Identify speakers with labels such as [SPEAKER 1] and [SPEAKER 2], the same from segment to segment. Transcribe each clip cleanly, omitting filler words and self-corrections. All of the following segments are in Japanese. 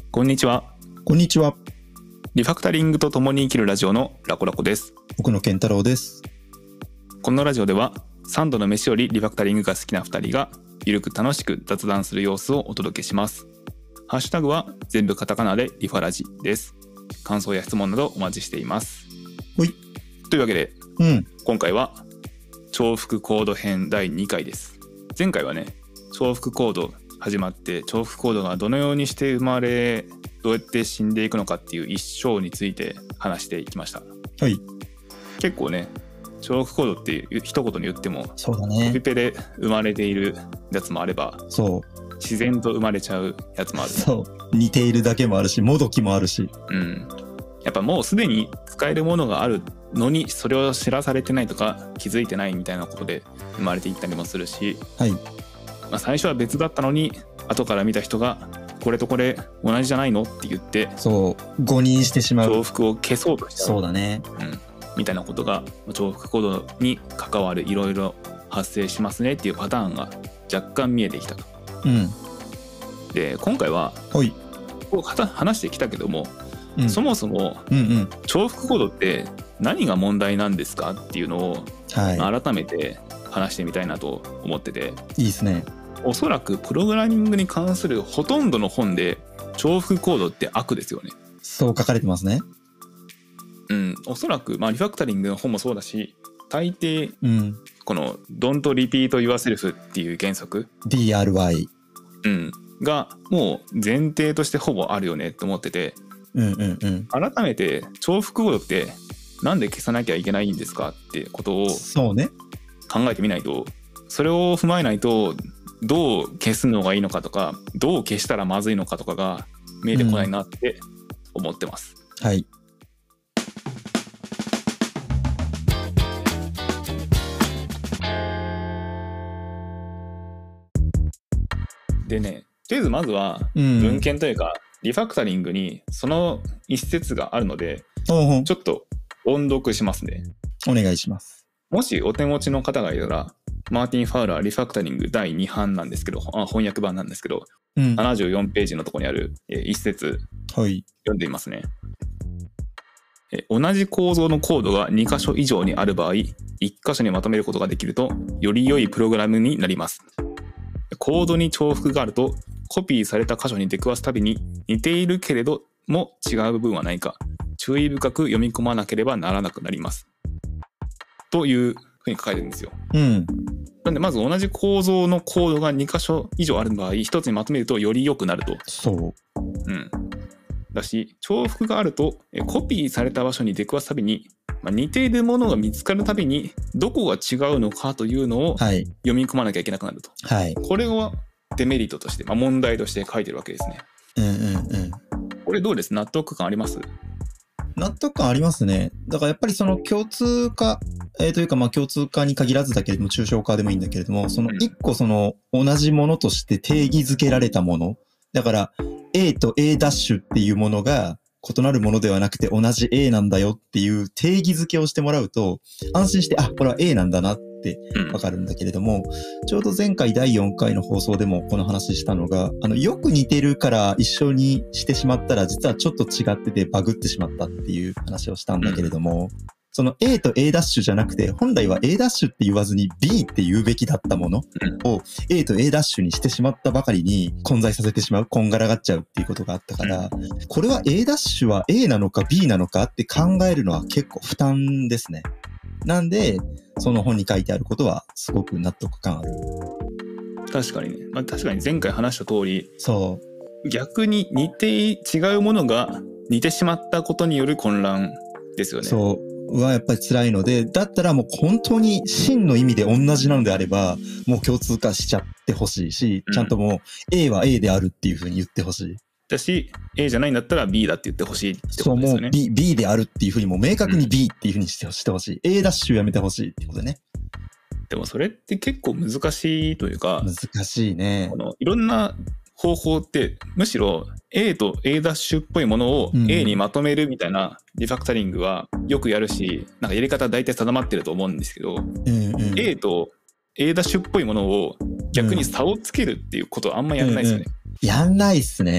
[SPEAKER 1] こんにちは。
[SPEAKER 2] こんにちは。
[SPEAKER 1] リファクタリングと共に生きるラジオのラコラコです。
[SPEAKER 2] 僕の健太郎です。
[SPEAKER 1] このラジオでは3度の飯よりリファクタリングが好きな2人がゆるく楽しく雑談する様子をお届けします。ハッシュタグは全部カタカナでリファラジです。感想や質問などお待ちしています。
[SPEAKER 2] ほい。
[SPEAKER 1] というわけで、今回は重複コード編第2回です。前回はね、重複コード始まって重複コードがどのようにして生まれどうやって死んでいくのかっていう一生について話していきました。
[SPEAKER 2] はい。
[SPEAKER 1] 結構ね、重複コードっていう一言に言っても
[SPEAKER 2] そうだね。
[SPEAKER 1] コピペで生まれているやつもあれば、
[SPEAKER 2] そう
[SPEAKER 1] 自然と生まれちゃうやつもある。
[SPEAKER 2] そう似ているだけもあるし、もどきもあるし、
[SPEAKER 1] やっぱもうすでに使えるものがあるのにそれを知らされてないとか気づいてないみたいなことで生まれていったりもするし、
[SPEAKER 2] はい。
[SPEAKER 1] 最初は別だったのに後から見た人がこれとこれ同じじゃないのって言って
[SPEAKER 2] そう誤認してしまう、
[SPEAKER 1] 重複を消そうとしちゃう。
[SPEAKER 2] そうだね。
[SPEAKER 1] みたいなことが重複コードに関わるいろいろ発生しますねっていうパターンが若干見えてきたと。で今回は
[SPEAKER 2] はい
[SPEAKER 1] こう話してきたけども、そもそも重複コードって何が問題なんですかっていうのを改めて話してみたいなと思ってて、
[SPEAKER 2] いいですね。
[SPEAKER 1] おそらくプログラミングに関するほとんどの本で重複コードって悪ですよね。
[SPEAKER 2] そう書かれてますね。
[SPEAKER 1] おそらく、リファクタリングの本もそうだし、大抵、この Don't repeat yourself っていう原則
[SPEAKER 2] DRY、
[SPEAKER 1] がもう前提としてほぼあるよねと思ってて、改めて重複コードってなんで消さなきゃいけないんですかってことを考えてみないと、それを踏まえないとどう消すのがいいのかとかどう消したらまずいのかとかが見えてこないなって思ってます。
[SPEAKER 2] はい。
[SPEAKER 1] でね、とりあえずまずは文献というか、リファクタリングにその一節があるのでちょっと音読しますね。
[SPEAKER 2] お願いします。
[SPEAKER 1] もしお手持ちの方がいたらマーティン・ファウラーリファクタリング第2版なんですけど、翻訳版なんですけど、74ページのところにある一節、読んでみますね。同じ構造のコードが2箇所以上にある場合、1箇所にまとめることができるとより良いプログラムになります。コードに重複があるとコピーされた箇所に出くわすたびに似ているけれども違う部分はないか注意深く読み込まなければならなくなりますというふうに書かれてるんですよ。なんでまず同じ構造のコードが2箇所以上ある場合、1つにまとめるとより良くなると。だし、重複があるとコピーされた場所に出くわすたびに、似ているものが見つかるたびにどこが違うのかというのを読み込まなきゃいけなくなると。これをデメリットとして、問題として書いてるわけですね。これどうです？納得感あります？
[SPEAKER 2] 納得感ありますね。だからやっぱりその共通化、というか共通化に限らずだけれども抽象化でもいいんだけれども、その一個その同じものとして定義づけられたもの。だから A と A' っていうものが異なるものではなくて同じ A なんだよっていう定義づけをしてもらうと安心して、これは A なんだなってわかるんだけれども、ちょうど前回第4回の放送でもこの話したのが、よく似てるから一緒にしてしまったら実はちょっと違っててバグってしまったっていう話をしたんだけれども、その A と A' じゃなくて本来は A' って言わずに B って言うべきだったものを A と A' にしてしまったばかりに混在させてしまう、こんがらがっちゃうっていうことがあったから、これは A' は A なのか B なのかって考えるのは結構負担ですね。なんでその本に書いてあることはすごく納得感ある。
[SPEAKER 1] 確かにね、確かに前回話した通り、逆に違うものが似てしまったことによる混乱ですよね。
[SPEAKER 2] はやっぱり辛いので、だったらもう本当に真の意味で同じなのであればもう共通化しちゃってほしいし、ちゃんともう A は A であるっていう風に言ってほしい。
[SPEAKER 1] だし A じゃないんだったら B だって言ってほしいってことですよね。
[SPEAKER 2] もう B であるっていう風にもう明確に B っていう風にしてほしい。A' やめてほしいってことね。
[SPEAKER 1] でもそれって結構難しいというか、
[SPEAKER 2] 難しいね。
[SPEAKER 1] いろんな方法ってむしろ A と A' っぽいものを A にまとめるみたいなリファクタリングはよくやるし、なんかやり方大体定まってると思うんですけど、A と A' っぽいものを逆に差をつけるっていうことはあんまやんないですよね。
[SPEAKER 2] やんないっすね。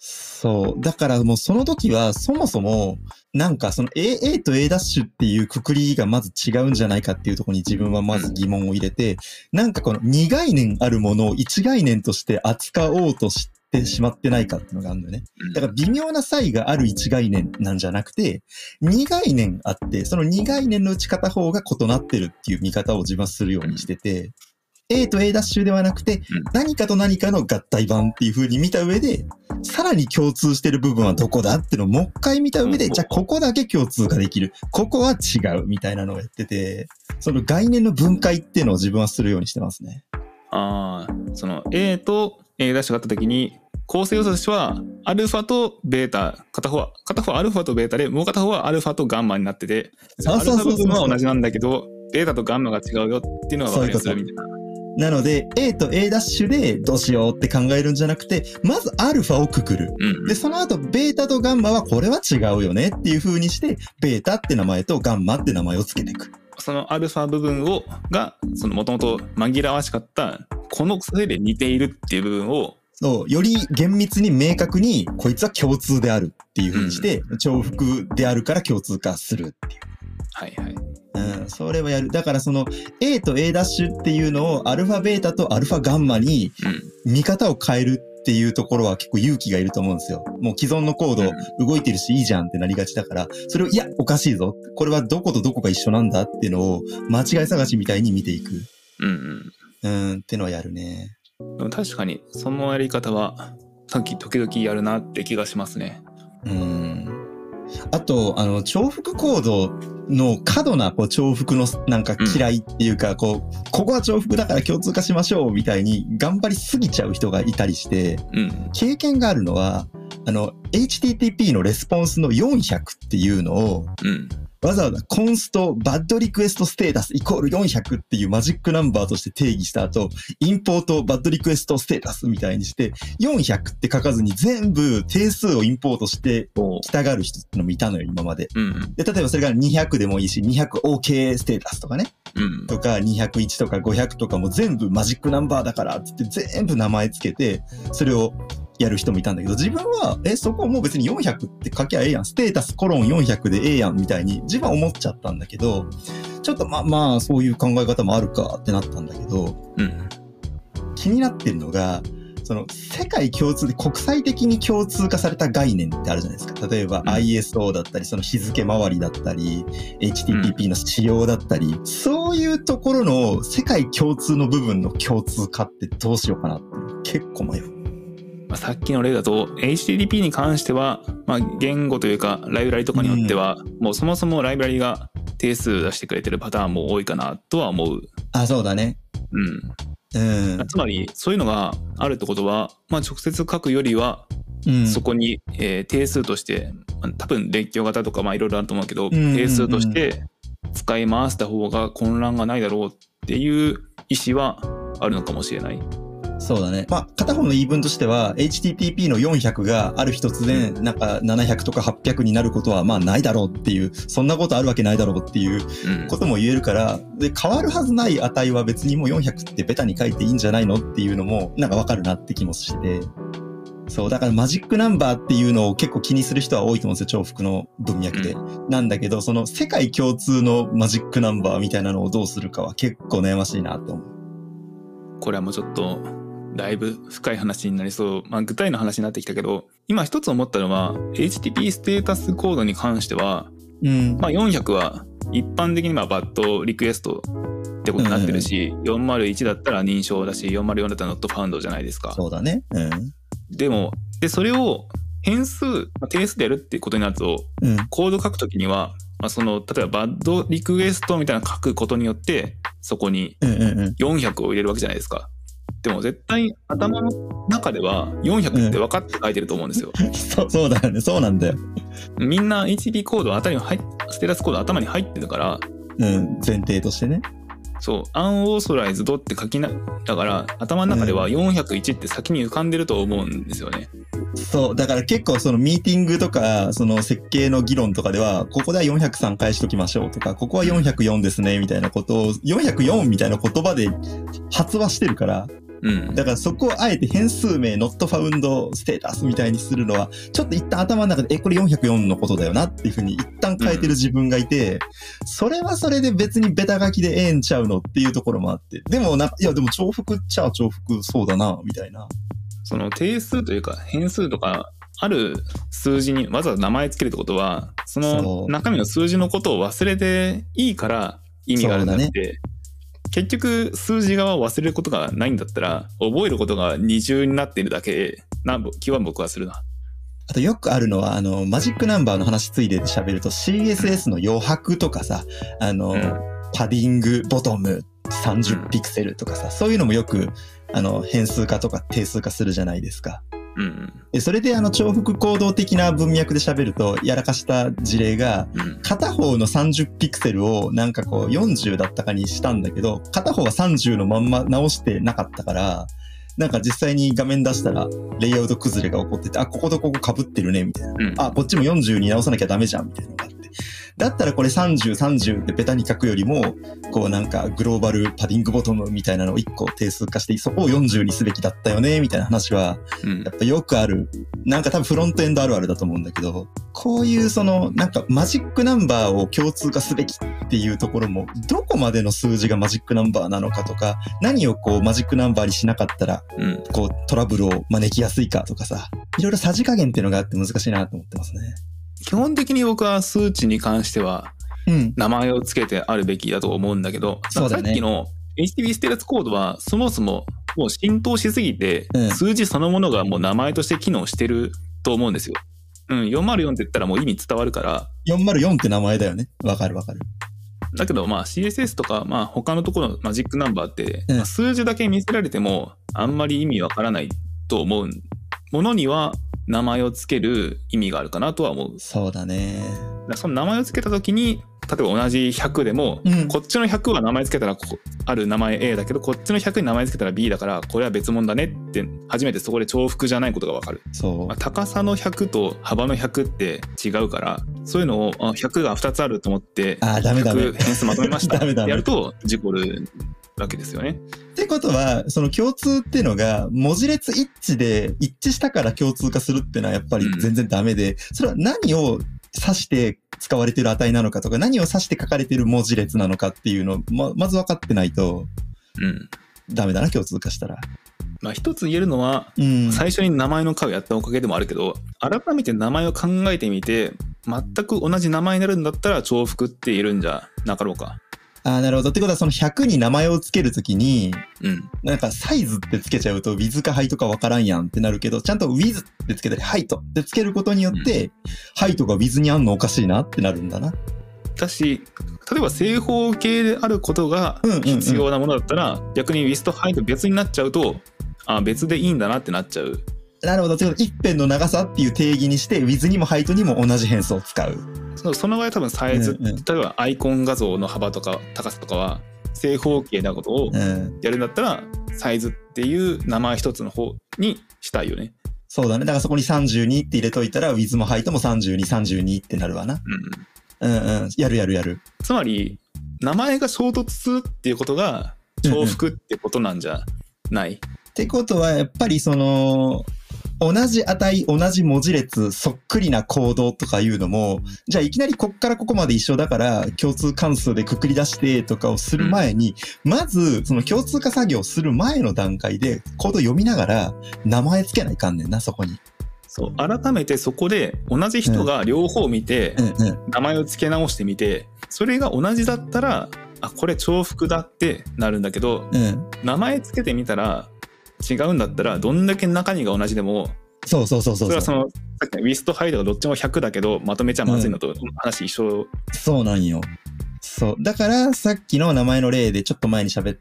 [SPEAKER 2] そう。だからもうその時はそもそもなんかその A と A' っていうくくりがまず違うんじゃないかっていうところに自分はまず疑問を入れて、なんかこの2概念あるものを1概念として扱おうとしてしまってないかっていうのがあるんだよね。だから微妙な差異がある1概念なんじゃなくて、2概念あって、その2概念のうち片方が異なってるっていう見方を自分はするようにしてて、A と A' ではなくて、何かと何かの合体版っていう風に見た上で、さらに共通してる部分はどこだっていうのをもう一回見た上で、じゃあここだけ共通化できる。ここは違うみたいなのをやってて、その概念の分解っていうのを自分はするようにしてますね。
[SPEAKER 1] ああ、その A と A' があった時に、構成要素としては、アルファとベータ、片方はアルファとベータで、もう片方はアルファとガンマになってて、アルファ部分は同じなんだけど、ベータとガンマが違うよっていうのが分かりやすいみたいな。
[SPEAKER 2] なので A と A' でどうしようって考えるんじゃなくて、まずアルファをくくる。で、その後ベータとガンマはこれは違うよねっていう風にして、ベータって名前とガンマって名前をつけていく。
[SPEAKER 1] そのアルファ部分が、その元々紛らわしかった、この癖で似ているっていう部分を、
[SPEAKER 2] そう、より厳密に明確に、こいつは共通であるっていう風にして、重複であるから共通化するっていう。
[SPEAKER 1] はいはい。
[SPEAKER 2] それはやる。だからその A と A' っていうのをアルファベータとアルファガンマに見方を変えるっていうところは結構勇気がいると思うんですよ。もう既存のコード動いてるしいいじゃんってなりがちだから、それをいやおかしいぞ。これはどことどこが一緒なんだっていうのを間違い探しみたいに見ていく。ってのはやるね。
[SPEAKER 1] でも確かにそのやり方は時々やるなって気がしますね。
[SPEAKER 2] あと、重複コードの過度な重複のなんか嫌いっていうか、ここは重複だから共通化しましょうみたいに頑張りすぎちゃう人がいたりして、経験があるのは、HTTP のレスポンスの400っていうのを、わざわざコンストバッドリクエストステータスイコール400っていうマジックナンバーとして定義した後、インポートバッドリクエストステータスみたいにして400って書かずに全部定数をインポートしてきたがる人ってのもいたのよ、今まで。で、例えばそれが200でもいいし、200OK ステータスとかね。とか201とか500とかも全部マジックナンバーだからって言って全部名前つけて、それをやる人もいたんだけど、自分は、そこもう別に400って書きゃええやん。ステータスコロン400でええやんみたいに自分は思っちゃったんだけど、ちょっとまあそういう考え方もあるかってなったんだけど、気になってるのが、その世界共通で国際的に共通化された概念ってあるじゃないですか。例えば ISO だったり、その日付回りだったり、HTTP の仕様だったり、そういうところの世界共通の部分の共通化ってどうしようかなって結構迷う。
[SPEAKER 1] さっきの例だと HTTP に関しては、言語というかライブラリとかによっては、もうそもそもライブラリが定数出してくれてるパターンも多いかなとは思う。
[SPEAKER 2] そうだね。
[SPEAKER 1] つまりそういうのがあるってことは、直接書くよりは、そこに、定数として多分列挙型とかいろいろあると思うけど、定数として使い回した方が混乱がないだろうっていう意思はあるのかもしれない。
[SPEAKER 2] そうだね。片方の言い分としては、HTTP の400がある日突然、なんか700とか800になることはないだろうっていう、そんなことあるわけないだろうっていうことも言えるから、で、変わるはずない値は別にもう400ってベタに書いていいんじゃないのっていうのも、なんかわかるなって気もして。そう、だからマジックナンバーっていうのを結構気にする人は多いと思うんですよ、重複の文脈で。なんだけど、その世界共通のマジックナンバーみたいなのをどうするかは結構悩ましいなと思う。
[SPEAKER 1] これはもうちょっと、だいぶ深い話になりそう。具体の話になってきたけど、今一つ思ったのは HTTP ステータスコードに関しては、400は一般的にバッドリクエストってことになってるし、401だったら認証だし、404だったら not found じゃないですか。
[SPEAKER 2] そうだね。
[SPEAKER 1] でそれを変数、定数でやるっていうことになると、コード書くときには、その例えばバッドリクエストみたいなの書くことによってそこに400を入れるわけじゃないですか。でも絶対頭の中では400って分かって書いてると思うんですよ。
[SPEAKER 2] そうだよね。そうなんだよ。
[SPEAKER 1] みんな HTTP コードステータスコード頭に入ってるから。
[SPEAKER 2] 前提としてね。
[SPEAKER 1] そう、アンオーソライズドって書きなだから頭の中では401って先に浮かんでると思うんですよね。
[SPEAKER 2] そう、だから結構そのミーティングとかその設計の議論とかでは、ここでは403返しときましょうとか、ここは404ですねみたいなことを404みたいな言葉で発話してるから、 だからそこをあえて変数名 not found status みたいにするのは、ちょっと一旦頭の中で、これ404のことだよなっていうふうに一旦変えてる自分がいて、それはそれで別にベタ書きでええんちゃうのっていうところもあって、でもいやでも重複っちゃ重複そうだな、みたいな。
[SPEAKER 1] その定数というか変数とか、ある数字にわざわざ名前つけるってことは、その中身の数字のことを忘れていいから意味があるんだって、結局数字側を忘れることがないんだったら、覚えることが二重になっているだけな気は僕はするな。
[SPEAKER 2] あとよくあるのは、マジックナンバーの話ついでで喋ると CSS の余白とかさ、パディングボトム30ピクセルとかさ、そういうのもよく、変数化とか定数化するじゃないですか。でそれで重複行動的な文脈で喋るとやらかした事例が、片方の30ピクセルをなんかこう40だったかにしたんだけど、片方は30のまんま直してなかったから、なんか実際に画面出したらレイアウト崩れが起こってて、こことここ被ってるねみたいな、こっちも40に直さなきゃダメじゃんみたいなのがあって、だったらこれ30ってベタに書くよりも、こうなんかグローバルパディングボトムみたいなのを1個定数化して、そこを40にすべきだったよねみたいな話は、やっぱよくある。なんか多分フロントエンドあるあるだと思うんだけど、こういうそのなんかマジックナンバーを共通化すべきっていうところも、どこまでの数字がマジックナンバーなのかとか、何をこうマジックナンバーにしなかったら、こうトラブルを招きやすいかとかさ、いろいろさじ加減っていうのがあって難しいなと思ってますね。
[SPEAKER 1] 基本的に僕は数値に関しては名前をつけてあるべきだと思うんだけど、さっきの HTTP ステータスコードはそもそももう浸透しすぎて、数字そのものがもう名前として機能してると思うんですよ。404って言ったらもう意味伝わるから。
[SPEAKER 2] 404って名前だよね。わかる。
[SPEAKER 1] だけどCSS とか他のところのマジックナンバーって、数字だけ見せられてもあんまり意味わからないと思うものには名前をつける意味があるかなとは思う。
[SPEAKER 2] そうだね。
[SPEAKER 1] その名前をつけた時に、例えば同じ100でも、こっちの100は名前つけたらある名前 A だけど、こっちの100に名前つけたら B だからこれは別物だねって初めてそこで重複じゃないことが分かる。高さの100と幅の100って違うから、そういうのを100が2つあると思って100変数まとめましたやると事故るわけですよね。
[SPEAKER 2] ってことは、その共通っていうのが文字列一致で一致したから共通化するっていうのはやっぱり全然ダメで、それは何を指して使われている値なのかとか、何を指して書かれている文字列なのかっていうのを まず分かってないとダメだな、共通化したら。
[SPEAKER 1] 一つ言えるのは、最初に名前の会をやったおかげでもあるけど、改めて名前を考えてみて全く同じ名前になるんだったら重複って言えるんじゃなかろうか。
[SPEAKER 2] なるほど。ってことはその100に名前をつけるときに、なんかサイズってつけちゃうと with か height かわからんやんってなるけど、ちゃんと with ってつけたり height ってつけることによって、height が with にあんのおかしいなってなるんだな。
[SPEAKER 1] だし、例えば正方形であることが必要なものだったら、逆に with と height 別になっちゃうと、別でいいんだなってなっちゃう。
[SPEAKER 2] なるほど。一辺の長さっていう定義にして、with にも height にも同じ変数を使う。
[SPEAKER 1] その場合は多分サイズ、例えばアイコン画像の幅とか高さとかは正方形なことをやるんだったら、サイズっていう名前一つの方にしたいよね。
[SPEAKER 2] そうだね。だからそこに32って入れといたら with も height も32ってなるわな。やる。
[SPEAKER 1] つまり名前が衝突するっていうことが重複ってことなんじゃない、
[SPEAKER 2] ってことはやっぱりその同じ値、同じ文字列、そっくりなコードとかいうのも、じゃあいきなりこっからここまで一緒だから共通関数でくくり出してとかをする前に、まずその共通化作業をする前の段階でコード読みながら名前つけないかんねんな、そこに。
[SPEAKER 1] そう、改めてそこで同じ人が両方見て、名前を付け直してみて、それが同じだったら、これ重複だってなるんだけど、名前つけてみたら違うんだったら、どんだけ中身が同じでも、それはそのさっきの with と height がどっちも100だけどまとめちゃまずいのと話一緒。
[SPEAKER 2] そうなんよ。そうだからさっきの名前の例でちょっと前に喋った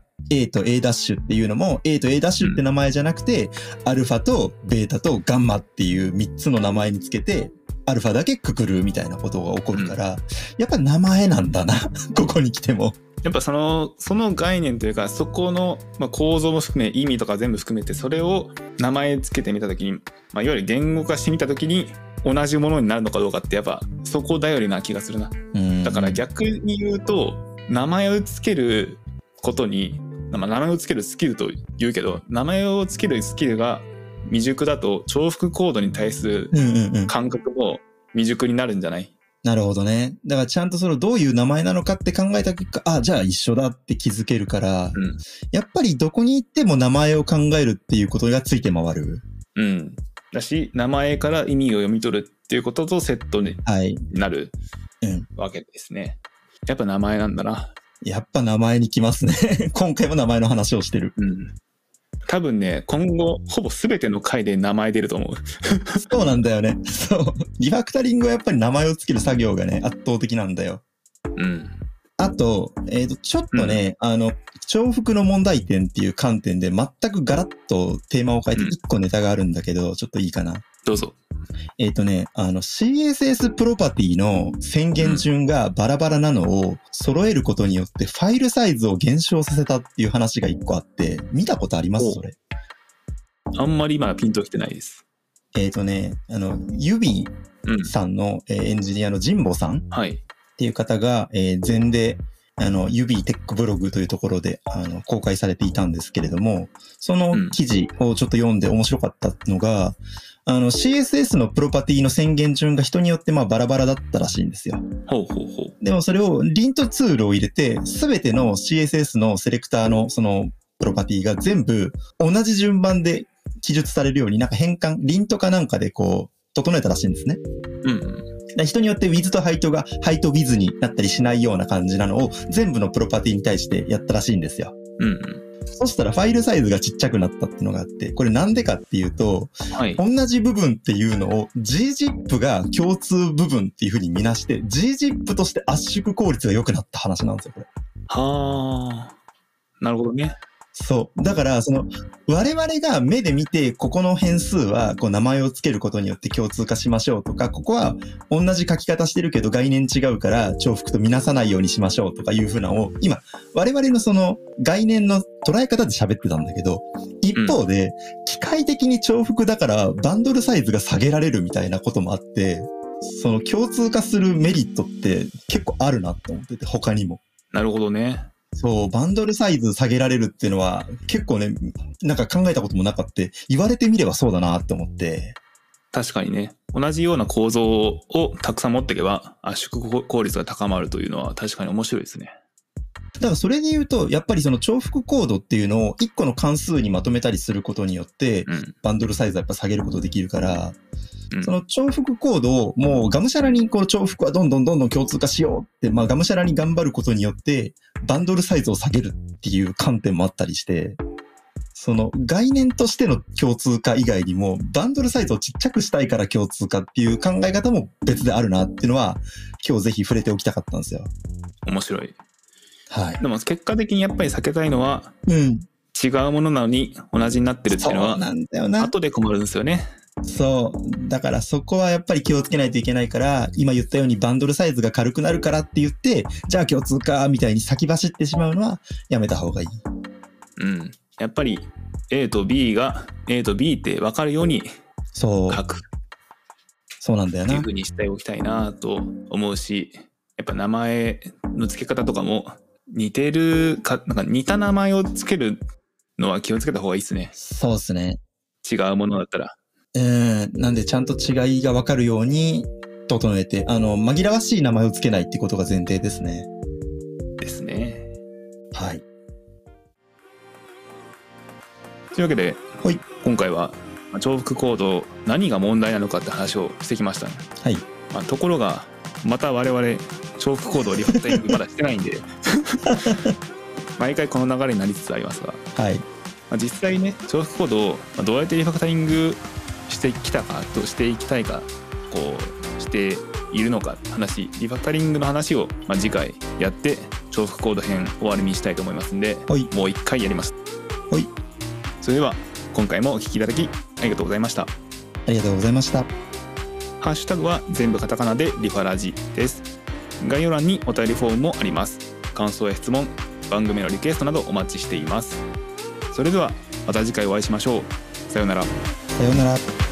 [SPEAKER 2] A と A' っていうのも A と A' って名前じゃなくて、アルファとベータとガンマっていう3つの名前につけてアルファだけくくるみたいなことが起こるから、やっぱ名前なんだなここに来ても。
[SPEAKER 1] やっぱその概念というか、そこの構造も含め意味とか全部含めて、それを名前つけてみたときに、いわゆる言語化してみたときに同じものになるのかどうかってやっぱそこ頼りな気がするな。だから逆に言うと、名前をつけることに名前をつけるスキルと言うけど、名前をつけるスキルが未熟だと重複コードに対する感覚も未熟になるんじゃない？
[SPEAKER 2] なるほどね。だからちゃんとそのどういう名前なのかって考えた結果、じゃあ一緒だって気づけるから、やっぱりどこに行っても名前を考えるっていうことがついて回る。
[SPEAKER 1] だし、名前から意味を読み取るっていうこととセットになるわけですね。やっぱ名前なんだな。
[SPEAKER 2] やっぱ名前に来ますね。今回も名前の話をしてる。
[SPEAKER 1] 多分ね、今後ほぼ全ての回で名前出ると思う。
[SPEAKER 2] そうなんだよね。そう。リファクタリングはやっぱり名前をつける作業がね、圧倒的なんだよ。あと、ちょっとね、重複の問題点っていう観点で全くガラッとテーマを変えて1個ネタがあるんだけど、ちょっといいかな。
[SPEAKER 1] どうぞ。
[SPEAKER 2] CSS プロパティの宣言順がバラバラなのを揃えることによってファイルサイズを減少させたっていう話が1個あって、見たことありますそれ？
[SPEAKER 1] あんまり今ピンときてないです。
[SPEAKER 2] ユビさんのエンジニアの神保さんっていう方が、前でユビーテックブログというところで公開されていたんですけれども、その記事をちょっと読んで面白かったのが、CSS のプロパティの宣言順が人によってバラバラだったらしいんですよ。でもそれをリントツールを入れて、すべての CSS のセレクターのそのプロパティが全部同じ順番で記述されるように変換、リントかなんかで整えたらしいんですね。人によってウィズとハイトがハイトウィズになったりしないような感じなのを全部のプロパティに対してやったらしいんですよ。そしたらファイルサイズがちっちゃくなったっていうのがあって、これなんでかっていうと、同じ部分っていうのを gzip が共通部分っていう風に見なして、gzip として圧縮効率が良くなった話なんですよ、これ。
[SPEAKER 1] なるほどね。
[SPEAKER 2] そう。だから、我々が目で見て、ここの変数は、名前をつけることによって共通化しましょうとか、ここは同じ書き方してるけど概念違うから重複とみなさないようにしましょうとかいうふうなのを、今、我々のその概念の捉え方で喋ってたんだけど、一方で、機械的に重複だからバンドルサイズが下げられるみたいなこともあって、その共通化するメリットって結構あるなと思ってて、他にも。
[SPEAKER 1] なるほどね。
[SPEAKER 2] そう、バンドルサイズ下げられるっていうのは結構ね、考えたこともなかった。言われてみればそうだなって思って。
[SPEAKER 1] 確かにね、同じような構造をたくさん持っていけば圧縮効率が高まるというのは確かに面白いですね。
[SPEAKER 2] だからそれで言うと、やっぱりその重複コードっていうのを1個の関数にまとめたりすることによって、バンドルサイズはやっぱ下げることできるから、その重複コードをもうがむしゃらにこの重複はどんどん共通化しようって、がむしゃらに頑張ることによって、バンドルサイズを下げるっていう観点もあったりして、その概念としての共通化以外にも、バンドルサイズをちっちゃくしたいから共通化っていう考え方も別であるなっていうのは、今日ぜひ触れておきたかったんですよ。
[SPEAKER 1] 面白い。
[SPEAKER 2] で
[SPEAKER 1] も結果的にやっぱり避けたいのは、違うものなのに同じになってるっていうのは、そうなんだよな。後で困るんですよね。
[SPEAKER 2] そう。だからそこはやっぱり気をつけないといけないから、今言ったようにバンドルサイズが軽くなるからって言って、じゃあ共通化みたいに先走ってしまうのはやめた方がいい。
[SPEAKER 1] やっぱり A と B が A と B って分かるように書く。
[SPEAKER 2] そうなんだよな。
[SPEAKER 1] っていう風にしておきたいなと思うし、やっぱ名前の付け方とかも似てるか、似た名前をつけるのは気をつけた方がいいですね。
[SPEAKER 2] そうですね。
[SPEAKER 1] 違うものだったら。
[SPEAKER 2] なんでちゃんと違いが分かるように整えて、紛らわしい名前をつけないってことが前提ですね。
[SPEAKER 1] ですね。
[SPEAKER 2] はい。
[SPEAKER 1] というわけで、今回は重複コード何が問題なのかって話をしてきましたね。ところがまた我々重複コードをリファクタリングまだしてないんで毎回この流れになりつつありますが、実際ね、重複コードをどうやってリファクタリングしてきたかとしていきたいかしているのか話、リファクタリングの話を次回やって重複コード編終わりにしたいと思いますんで、もう一回やります。それでは今回もお聞きいただきありがとうございました。
[SPEAKER 2] ありがとうございました。
[SPEAKER 1] ハッシュタグは全部カタカナでリファラジです。概要欄にお便りフォームもあります。感想や質問、番組のリクエストなどお待ちしています。それではまた次回お会いしましょう。さようなら。
[SPEAKER 2] さようなら。